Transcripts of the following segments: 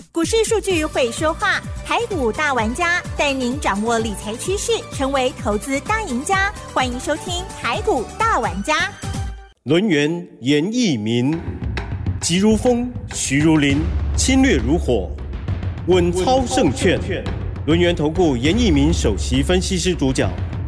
股市数据会说话，台股大玩家带您掌握理财趋势，成为投资大赢家。欢迎收听台股大玩家。 轮源严义民，急如风，徐如林，侵略如火，稳操胜券。轮源投顾严义民首席分析师主讲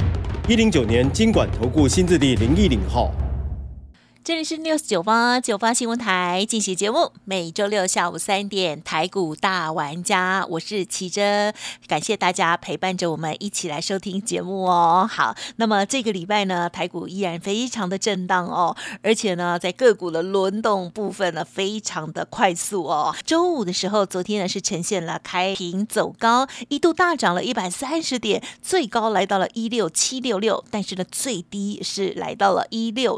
，109年金管投顾新字第010号。 这里是 News98新闻台进行节目，每周六下午3点台股大玩家，我是琦蓁，感谢大家陪伴着我们一起来收听节目哦。好，那么这个礼拜呢，台股依然非常的震荡哦，而且呢，在个股的轮动部分呢，非常的快速哦。周五的时候，昨天呢是呈现了开平走高，一度大涨了130点，最高来到了16766，但是呢，最低是来到了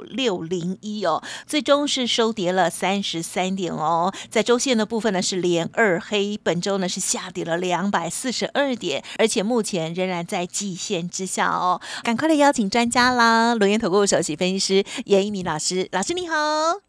16601。最终是收跌了33点哦，在周线的部分呢是连二黑，本周呢是下跌了242点，而且目前仍然在季线之下哦。赶快来邀请专家啦，轮源投顾首席分析师严义民老师，老师你好。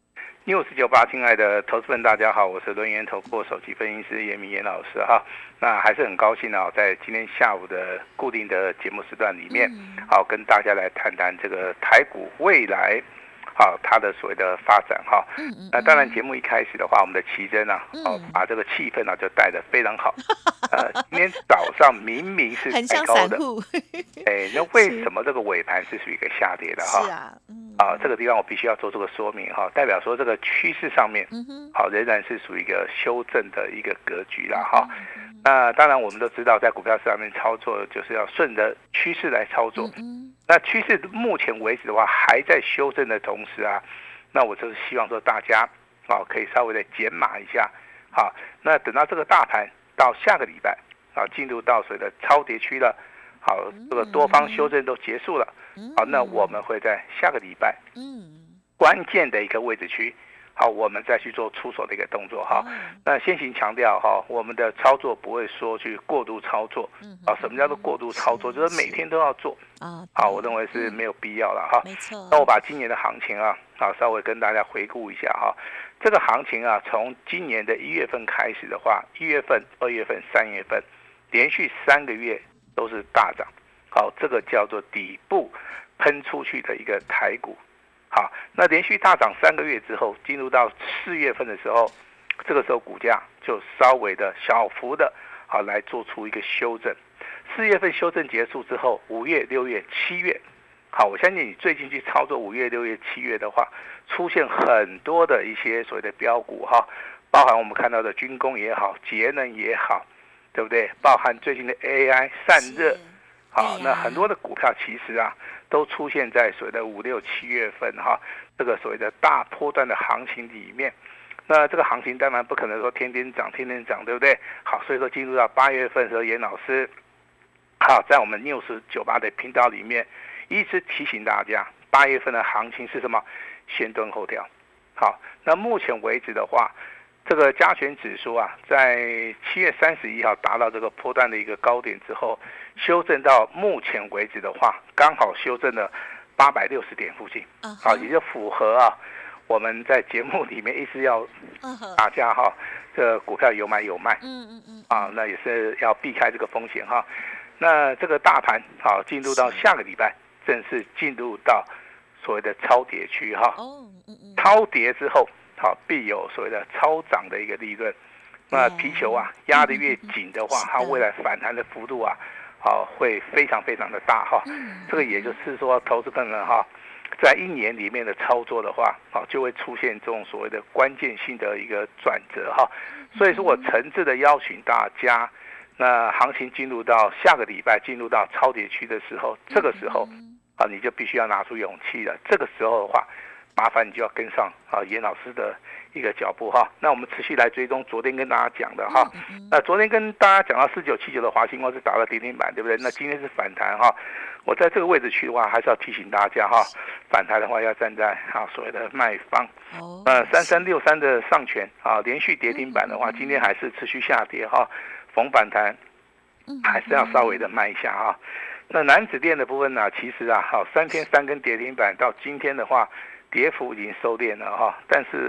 News98，亲爱的投资们，大家好，我是轮源投顾首席分析师严明老师哈。那还是很高兴啊，在今天下午的固定的节目时段里面，好跟大家来谈谈这个台股未来。好，它的所谓的发展哈，那当然节目一开始的话，我们的琦蓁啊，把这个气氛啊就带得非常好。今天早上明明是开高的，那为什么这个尾盘是属于一个下跌的哈？ 是啊， 这个地方我必须要做这个说明哈，代表说这个趋势上面，好仍然是属于一个修正的一个格局啦哈。那当然我们都知道，在股票市场上面操作就是要顺着趋势来操作。那趋势目前为止的话，还在修正的同时啊，那我就是希望说大家可以稍微的减码一下，好，那等到这个大盘到下个礼拜进入到所谓的超跌区了，好，这个多方修正都结束了，好，那我们会在下个礼拜关键的一个位置区。好，我们再去做出手的一个动作哈。那先行强调哈，我们的操作不会说去过度操作。什么叫做过度操作？就是每天都要做。好，我认为是没有必要了哈。 没错。 那我把今年的行情啊，稍微跟大家回顾一下哈。这个行情啊，从今年的1月份开始的话，1月份、2月份、3月份，连续3个月都是大涨。好，这个叫做底部喷出去的一个台股。好，那连续大涨3个月之后，进入到4月份的时候，这个时候股价就稍微的小幅的好来做出一个修正。4月份修正结束之后，5月、6月、7月，好，我相信你最近去操作5月、6月、7月的话，出现很多的一些所谓的标股哈，包含我们看到的军工也好，节能也好，对不对？包含最近的 AI 散热，好，那很多的股票其实啊。都出现在所谓的5、6、7月份哈，这个所谓的大波段的行情里面。那这个行情当然不可能说天天涨，对不对？好，所以说进入到8月份的时候，严老师好在我们 News98的频道里面一直提醒大家，8月份的行情是什么？先蹲后跳。好，那目前为止的话，这个加权指数啊，在7月31号达到这个波段的一个高点之后，修正到目前为止的话，刚好修正了860点附近，好，也就符合啊我们在节目里面一直要大家哈，这个股票有买有卖，那也是要避开这个风险哈。那这个大盘好进入到下个礼拜，正式进入到所谓的超跌区哈，超跌之后。好，必有所谓的超涨的一个利润。那皮球啊压得越紧的话，它未来反弹的幅度啊，会非常非常的大哈。这个也就是说，投资朋友哈，在1年里面的操作的话，就会出现这种所谓的关键性的一个转折哈。所以说我诚挚的邀请大家，那行情进入到下个礼拜，进入到超跌区的时候，这个时候你就必须要拿出勇气了。这个时候的话，麻烦你就要跟上严老师的一个脚步哈。那我们持续来追踪昨天跟大家讲的哈。那昨天跟大家讲到4979的华星光是打了跌停板，对不对？那今天是反弹哈。我在这个位置去的话，还是要提醒大家哈，反弹的话要站在所谓的卖方。3363的上权连续跌停板的话，今天还是持续下跌哈。逢反弹还是要稍微的卖一下哈。那南子电的部分呢，其实3天3根跌停板，到今天的话，跌幅已经收敛了哈，但是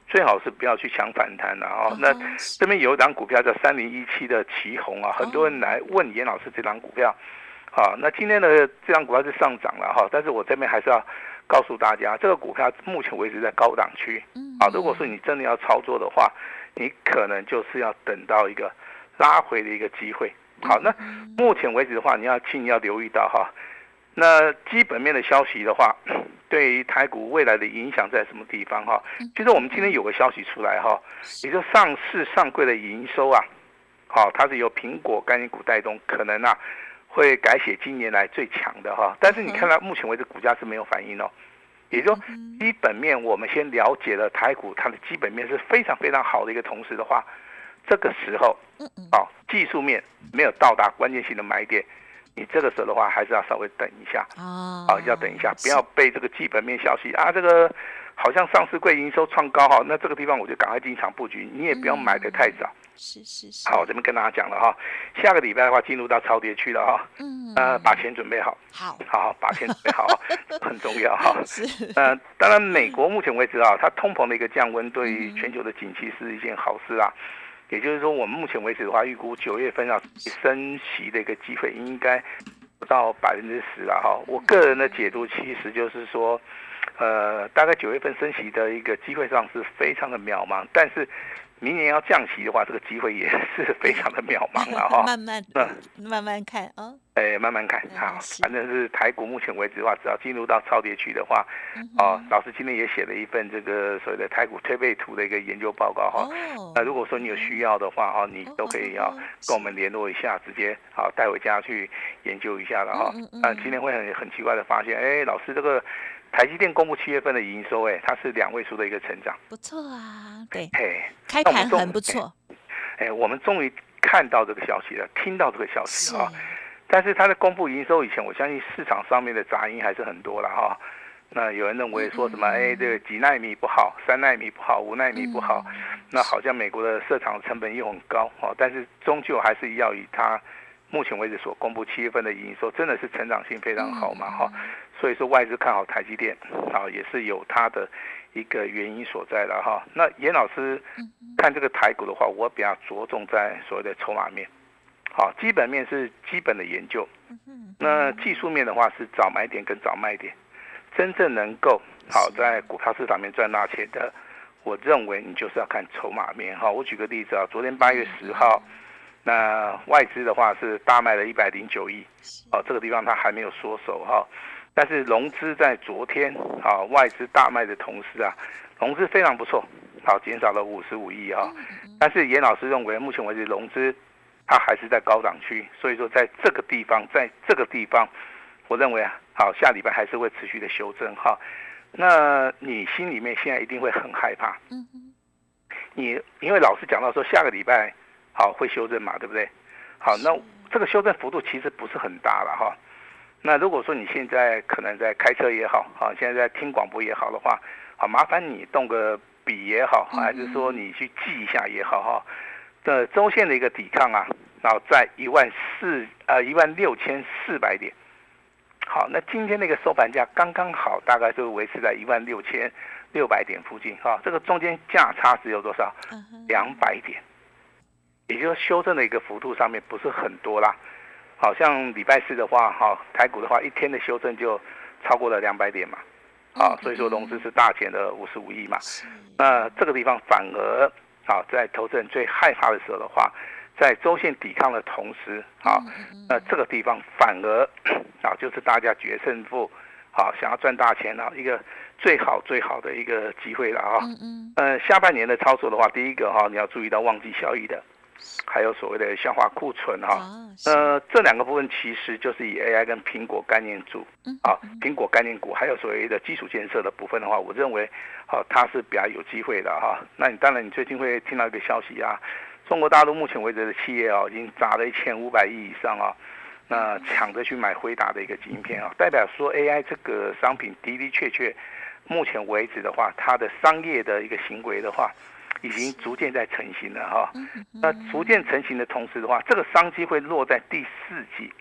最好是不要去抢反弹啊。那这边有一档股票叫3017的奇鋐啊，很多人来问严老师这档股票。好，那今天的这张股票是上涨了哈，但是我这边还是要告诉大家，这个股票目前为止在高档区。好，如果说你真的要操作的话，你可能就是要等到一个拉回的一个机会。好，那目前为止的话，你要留意到哈，那基本面的消息的话，对于台股未来的影响在什么地方哈？其实我们今天有个消息出来哈，也就上市上柜的营收啊，好，它是由苹果概念股带动，可能啊会改写今年来最强的哈。但是你看到目前为止股价是没有反应哦，也就是说基本面我们先了解了台股它的基本面是非常非常好的一个同时的话，这个时候好，技术面没有到达关键性的买点，你这个时候的话还是要稍微等一下好，要等一下，不要被这个基本面消息啊，这个好像上市柜营收创高哈，那这个地方我就赶快进场布局，你也不要买得太早。 是。 好，我这边跟大家讲了哈，下个礼拜的话进入到超跌区了哈。把钱准备好。好，把钱准备好，很重要哈。当然美国目前为止啊，它通膨的一个降温，对于全球的景气是一件好事啊。也就是说，我们目前为止的话，预估9月份要升息的一个机会应该不到10%了哈。我个人的解读其实就是说，大概9月份升息的一个机会上是非常的渺茫，但是明年要降息的话，这个机会也是非常的渺茫了哈。 慢慢看啊。 慢慢看好，反正是台股目前为止的话，只要进入到超跌区的话，老师今天也写了一份这个所谓的台股推背图的一个研究报告哈。那如果说你有需要的话哈，你都可以跟我们联络一下，直接带回家去研究一下了哈。今天会很奇怪的发现，老师这个台积电公布7月份的营收，它是2位数的一个成长， 不错啊，对，开盘很不错。 我们终于看到这个消息了，听到这个消息啊。但是它在公布营收以前，我相信市场上面的杂音还是很多了哈。那有人认为说什么，这个几奈米不好，3奈米不好，5奈米不好，那好像美国的设厂成本又很高哦。但是终究还是要以它目前为止所公布7月份的营收，真的是成长性非常好嘛哈。所以说外资看好台积电，也是有它的一个原因所在的哈。那严老师看这个台股的话，我比较着重在所谓的筹码面。好，基本面是基本的研究，那技术面的话是早买点跟早卖点，真正能够好在股票市场面赚大钱的，我认为你就是要看筹码面哈。我举个例子啊，昨天8月10号，那外资的话是大卖了109亿，这个地方它还没有缩手哈，但是融资在昨天外资大卖的同时啊，融资非常不错，减少了55亿啊，但是严老师认为目前为止融资它还是在高档区，所以说在这个地方，我认为下礼拜还是会持续的修正哈。那你心里面现在一定会很害怕，因为老师讲到说下个礼拜会修正嘛，对不对？好，那这个修正幅度其实不是很大了哈。那如果说你现在可能在开车也好，现在在听广播也好的话，麻烦你动个笔也好，还是说你去记一下也好哈。的周线的一个抵抗啊，然后在16400点。好，那今天那个收盘价刚刚好，大概就维持在16600点附近哈。这个中间价差只有多少？200点，也就是修正的一个幅度上面不是很多啦。好像礼拜四的话，台股的话一天的修正就超过了200点嘛。所以说融资是大减了55亿嘛。那这个地方反而在投资人最害怕的时候的话，在周线抵抗的同时，那这个地方反而就是大家决胜负，想要赚大钱一个最好的一个机会了啊。下半年的操作的话，第一个你要注意到旺季效益的，还有所谓的消化库存这两个部分其实就是以 AI 跟苹果概念股苹果概念股还有所谓的基础建设的部分的话，我认为它是比较有机会的哈。那你当然你最近会听到一个消息啊，中国大陆目前为止的企业已经砸了1500亿以上那抢着去买辉达的一个晶片代表说 AI 这个商品的确目前为止的话，它的商业的一个行为的话，已经逐渐在成型了哈。那逐渐成型的同时的话，这个商机会落在第四季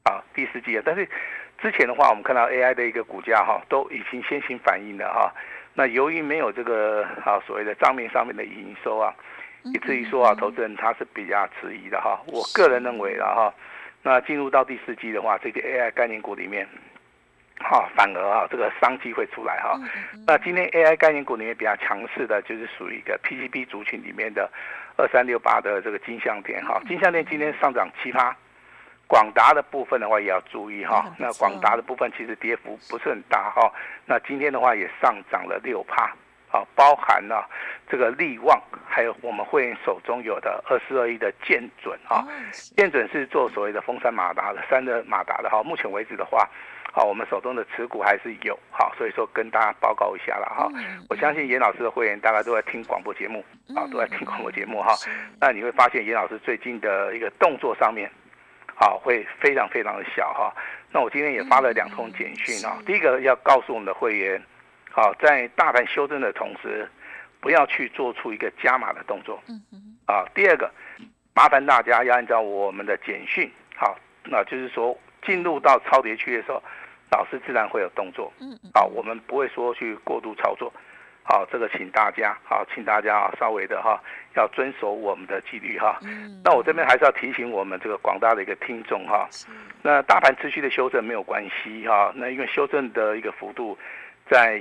但是之前的话，我们看到 AI 的一个股价都已经先行反应了那由于没有这个所谓的账面上面的营收啊，以至于说投资人他是比较质疑的哈。我个人认为了哈，那进入到第四季的话，这些 AI 概念股里面，反而这个商机会出来哈。那今天 AI 概念股里面比较强势的，就是属于一个 PCB 族群里面的2368的这个金像电哈。金像电今天上涨7%。广达的部分的话也要注意哈，那广达的部分其实跌幅不是很大哈，那今天的话也上涨了6%，包含了这个力旺，还有我们会员手中有的2421的建准哈，建准是做所谓的风扇马达的散热马达的哈，目前为止的话，我们手中的持股还是有好，所以说跟大家报告一下了哈。我相信严老师的会员大概都在听广播节目都在听广播节目哈，那你会发现严老师最近的一个动作上面。会非常非常的小哈。那我今天也发了2通简讯啊。第一个要告诉我们的会员，在大盘修正的同时，不要去做出一个加码的动作。第二个，麻烦大家要按照我们的简讯，那就是说进入到超跌区的时候，老师自然会有动作。我们不会说去过度操作。这个请大家稍微的要遵守我们的纪律哈。那我这边还是要提醒我们这个广大的一个听众哈。那大盘持续的修正没有关系哈。那因为修正的一个幅度在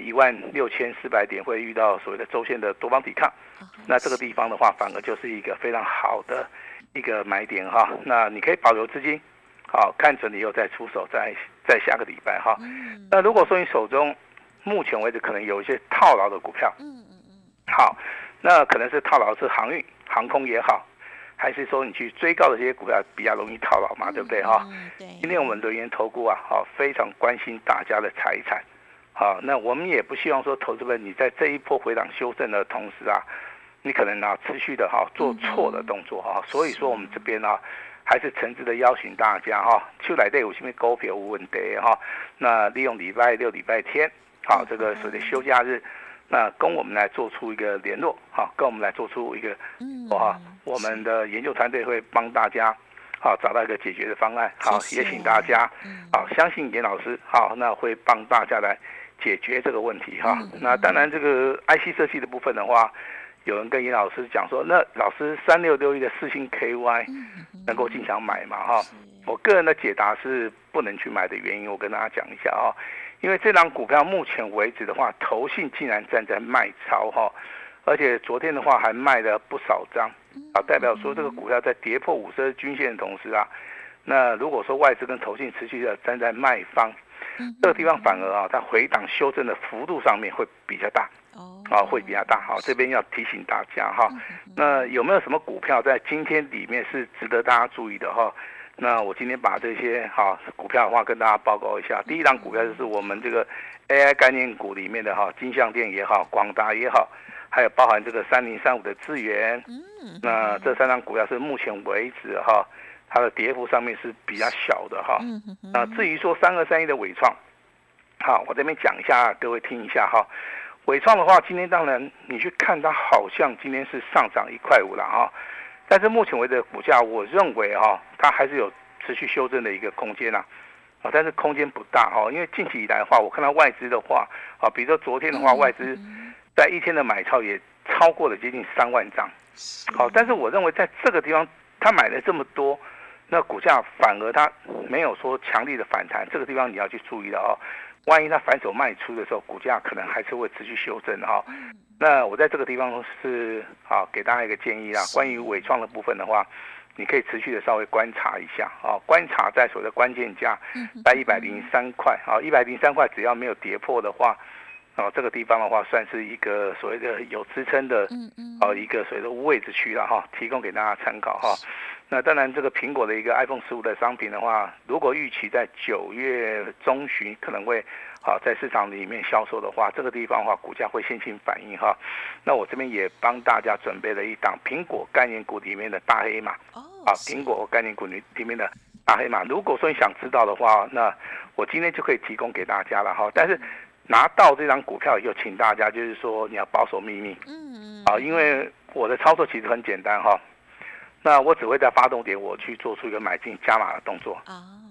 16400点会遇到所谓的周线的多方抵抗，那这个地方的话反而就是一个非常好的一个买点哈。那你可以保留资金，看准你以后再出手，在下个礼拜哈。那如果说你手中目前为止可能有一些套牢的股票，好，那可能是套牢是航运、航空也好，还是说你去追高的这些股票比较容易套牢嘛，对不对哈？今天我们轮源投顾非常关心大家的财产，那我们也不希望说投资人你在这一波回档修正的同时你可能持续的做错的动作所以说我们这边还是诚挚的邀请大家出来对有什么股票有问题那利用礼拜六、礼拜天。这个所谓的休假日，那跟我们来做出一个联络，跟我们来做出一个，我们的研究团队会帮大家，找到一个解决的方案，也请大家，相信严老师，那会帮大家来解决这个问题，那当然这个 IC 设计的部分的话，有人跟严老师讲说，那老师3661的世芯 KY 能够进场买吗？我个人的解答是不能去买的原因，我跟大家讲一下因为这档股票目前为止的话，投信竟然站在卖超而且昨天的话还卖了不少张代表说这个股票在跌破50均线的同时那如果说外资跟投信持续的站在卖方，这个地方反而它回档修正的幅度上面会比较大会比较大这边要提醒大家那有没有什么股票在今天里面是值得大家注意的那我今天把这些股票的话跟大家报告一下。第一档股票就是我们这个 AI 概念股里面的金像电也好，广达也好，还有包含这个3035的智原。那这3档股票是目前为止它的跌幅上面是比较小的那至于说3231的伟创，我这边讲一下，各位听一下伟创的话，今天当然你去看它好像今天是上涨1.5块了但是目前为止的股价，我认为它还是有持续修正的一个空间但是空间不大因为近期以来的话，我看到外资的话比如说昨天的话，外资在一天的买超也超过了接近3万张但是我认为在这个地方它买了这么多，那股价反而它没有说强力的反弹，这个地方你要去注意的万一它反手卖出的时候，股价可能还是会持续修正那我在这个地方是给大家一个建议啦，关于伟创的部分的话，你可以持续的稍微观察一下观察在所谓的关键价在103块103块，只要没有跌破的话这个地方的话算是一个所谓的有支撑的一个所谓的位置区了提供给大家参考那当然这个苹果的一个 iPhone 15的商品的话，如果预期在9月中旬可能会在市场里面销售的话，这个地方的话股价会先行反应那我这边也帮大家准备了一档苹果概念股里面的大黑马苹果概念股里面的大黑马，如果说你想知道的话，那我今天就可以提供给大家了但是拿到这张股票以后，请大家就是说你要保守秘密因为我的操作其实很简单那我只会在发动点我去做出一个买进加码的动作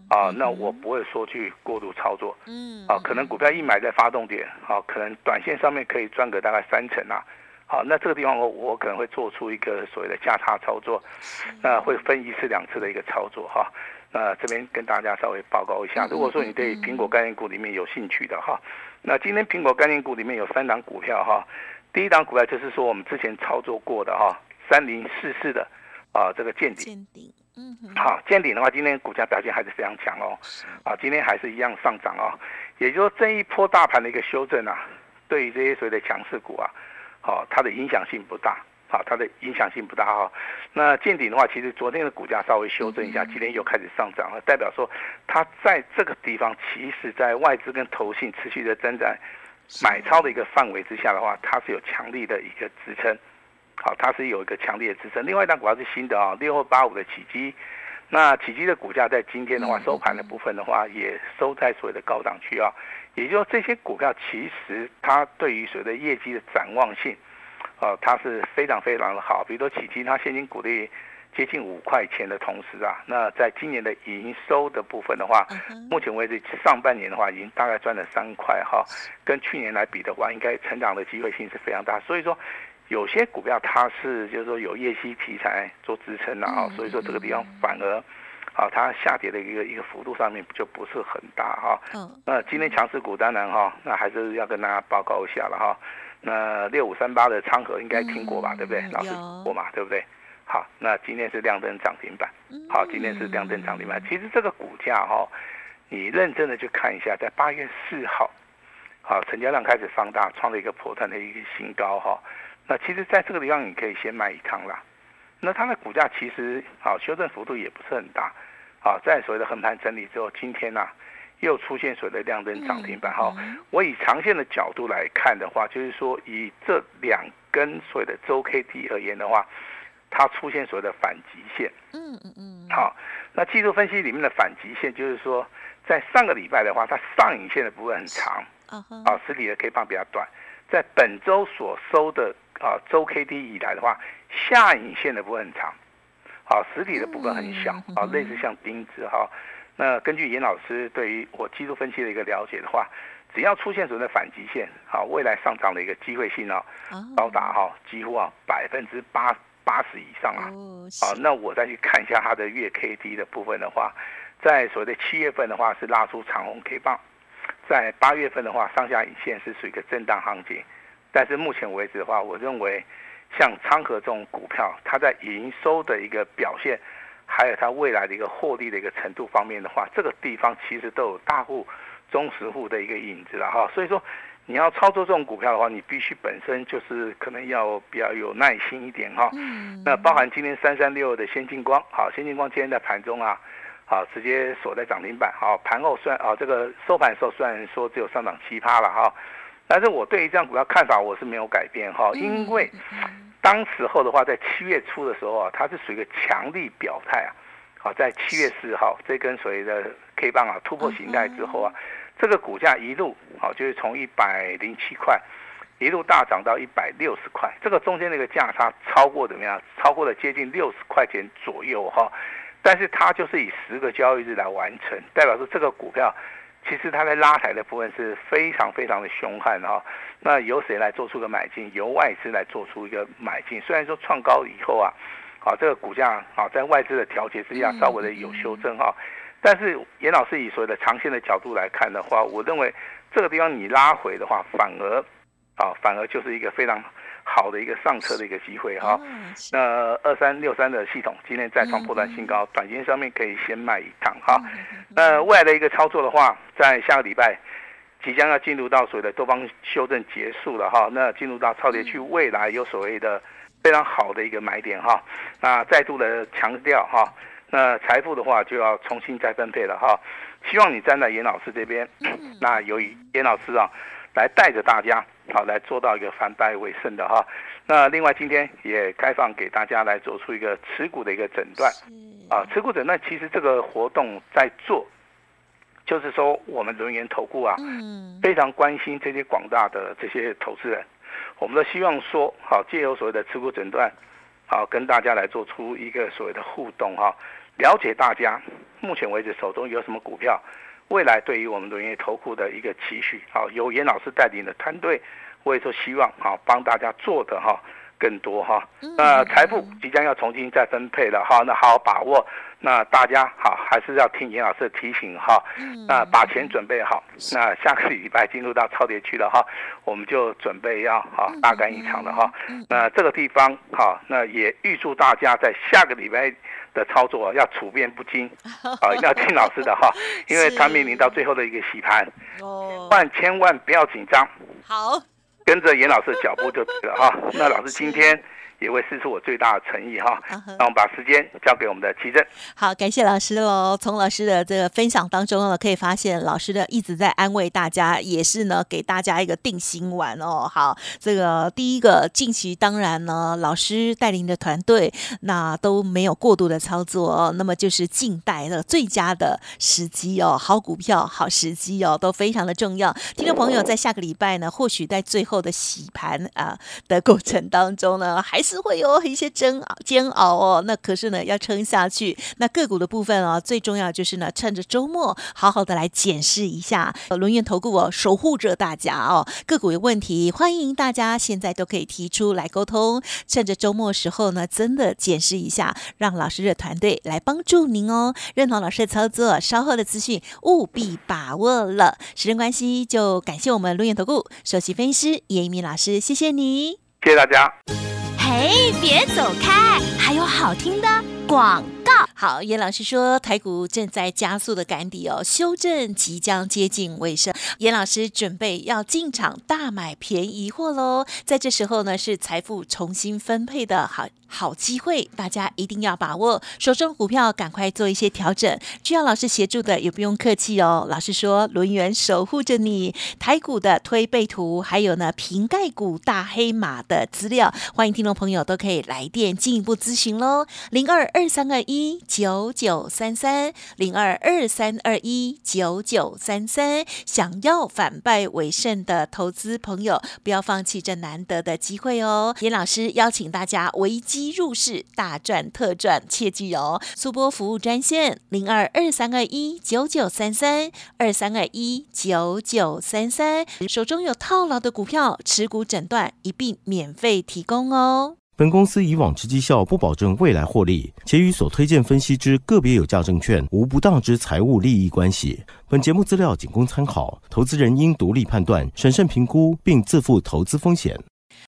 那我不会说去过度操作，可能股票一买在发动点，可能短线上面可以赚个大概30%啊，好，那这个地方我可能会做出一个所谓的价差操作，那会分1次2次的一个操作哈。那这边跟大家稍微报告一下，如果说你对苹果概念股里面有兴趣的哈，那今天苹果概念股里面有3档股票哈，第一档股票就是说我们之前操作过的哈，3044的这个见顶，好，见顶的话，今天股价表现还是非常强哦，今天还是一样上涨哦，也就是说这一波大盘的一个修正啊，对于这些所谓的强势股啊，它的影响性不大。好，它的影响性不大哈。那见顶的话，其实昨天的股价稍微修正一下，今天又开始上涨了，代表说它在这个地方，其实在外资跟投信持续的增长买超的一个范围之下的话，它是有强力的一个支撑。好，它是有一个强力的支撑。另外一档股票是新的6285的启基，那启基的股价在今天的话收盘的部分的话，也收在所谓的高档区啊，也就是说这些股票其实它对于所谓的业绩的展望性。它是非常非常的好，比如说启基，它现金股利接近5块钱的同时啊，那在今年的营收的部分的话，目前为止上半年的话已经大概赚了3块哈，跟去年来比的话，应该成长的机会性是非常大，所以说有些股票它是就是说有业绩题材做支撑的啊，所以说这个地方反而它下跌的一个幅度上面就不是很大哈。那今天强势股当然哈，那还是要跟大家报告一下了哈。那6538的昌河应该听过吧，对不对？老师过嘛，对不对？好，那今天是亮灯涨停板。好，今天是亮灯涨停板。其实这个股价你认真的去看一下，在8月4号，好，成交量开始放大，创了一个波段的一个新高哈。那其实在这个地方你可以先买一趟啦。那它的股价其实修正幅度也不是很大。在所谓的横盘整理之后，今天又出现所谓的亮灯涨停板哈。我以长线的角度来看的话，就是说以这2根所谓的周 K D 而言的话，它出现所谓的反极线。好，那技术分析里面的反极线就是说，在上个礼拜的话，它上影线的部分很长，实体的 K 棒比较短。在本周所收的周 K D 以来的话，下影线的部分很长，实体的部分很小，类似像钉子哈。那根据严老师对于我技术分析的一个了解的话，只要出现所谓的反极线，未来上涨的一个机会性高达几乎80%以上啊。那我再去看一下它的月 K D 的部分的话，在所谓的7月份的话是拉出长红 K 棒，在8月份的话上下影线是属于一个震荡行情，但是目前为止的话，我认为像昌河这种股票，它在营收的一个表现。还有它未来的一个获利的一个程度方面的话，这个地方其实都有大户、中实户的一个影子了哈。所以说，你要操作这种股票的话，你必须本身就是可能要比较有耐心一点哈。那包含今天3362的先进光，好，先进光今天在盘中直接锁在涨停板，盘后虽然这个收盘的时候虽然说只有上涨7%了哈，但是我对于这样股票看法我是没有改变哈，因为。当时候的话，在7月初的时候它是属于一个强力表态在7月4号这根所谓的 K 棒突破形态之后这个股价一路就是从107块一路大涨到160块，这个中间的一个价差超过怎么样？超过了接近60块钱左右但是它就是以10个交易日来完成，代表说这个股票。其实它在拉抬的部分是非常非常的凶悍那由谁来做出个买进？由外资来做出一个买进。虽然说创高以后这个股价在外资的调节之下稍微的有修正但是严老师以所谓的长线的角度来看的话，我认为这个地方你拉回的话，反而就是一个非常好的一个上车的一个机会那2363的系统今天再创波段新高，短线上面可以先卖一趟那未来的一个操作的话，在下个礼拜即将要进入到所谓的多方修正结束了那进入到超跌区，未来有所谓的非常好的一个买点那再度的强调那财富的话就要重新再分配了希望你站在严老师这边，那由于严老师来带着大家来做到一个反败为胜的那另外今天也开放给大家来做出一个持股的一个诊断持股诊断其实这个活动在做，就是说我们轮源投顾非常关心这些广大的这些投资人，我们都希望说借由所谓的持股诊断好，跟大家来做出一个所谓的互动哈，了解大家目前为止手中有什么股票，未来对于我们轮元投顾的一个期许。好，由严老师带领的团队，我也说希望好帮大家做的哈更多哈。财富即将要重新再分配了哈，那好好把握。那大家好，还是要听严老师的提醒哈。那把钱准备好。那下个礼拜进入到超跌区了哈，我们就准备要好大干一场了哈。那这个地方好，那也预祝大家在下个礼拜的操作要处变不惊啊，要听老师的哈，因为它面临到最后的一个洗盘，千万不要紧张。 好， 跟着严老师的脚步就对了哈。那老师今天也会释出我最大的诚意哈，那我们把时间交给我们的奇珍。 好，感谢老师喽。从老师的这个分享当中呢，可以发现老师呢一直在安慰大家，也是呢给大家一个定心丸哦。好，这个第一个近期当然呢，老师带领的团队那都没有过度的操作哦，那么就是静待了最佳的时机哦，好股票好时机哦，都非常的重要。听众朋友在下个礼拜呢，或许在最后的洗盘的过程当中呢，还是会有一些煎熬哦，那可是呢要撑下去。那个股的部分哦，最重要就是呢，趁着周末好好的来检视一下。轮元投顾哦，守护着大家哦，个股有问题，欢迎大家现在都可以提出来沟通。趁着周末时候呢，真的检视一下，让老师的团队来帮助您哦。认同老师的操作，稍后的资讯务必把握了。时间关系，就感谢我们轮元投顾首席分析师严一鸣老师，谢谢你， 谢谢大家。 嘿，别走开，还有好听的广告。 好，严老师说台股正在加速的赶底哦，修正即将接近尾声，严老师准备要进场大买便宜货喽。在这时候呢，是财富重新分配的好机会，大家一定要把握，手中股票赶快做一些调整，需要老师协助的也不用客气哦。老师说轮元守护着你，台股的推背图，还有呢瓶盖股大黑马的资料，欢迎听众朋友都可以来电进一步咨询咯。0223219933 0223219933，想要反败为胜的投资朋友，不要放弃这难得的机会哦。严老师邀请大家危机入市，大赚特赚，切记哦。速播服务专线0223219933 23219933，手中有套牢的股票，持股诊断一并免费提供哦。 本公司以往之绩效不保证未来获利，且与所推荐分析之个别有价证券无不当之财务利益关系。本节目资料仅供参考，投资人应独立判断、审慎评估，并自负投资风险。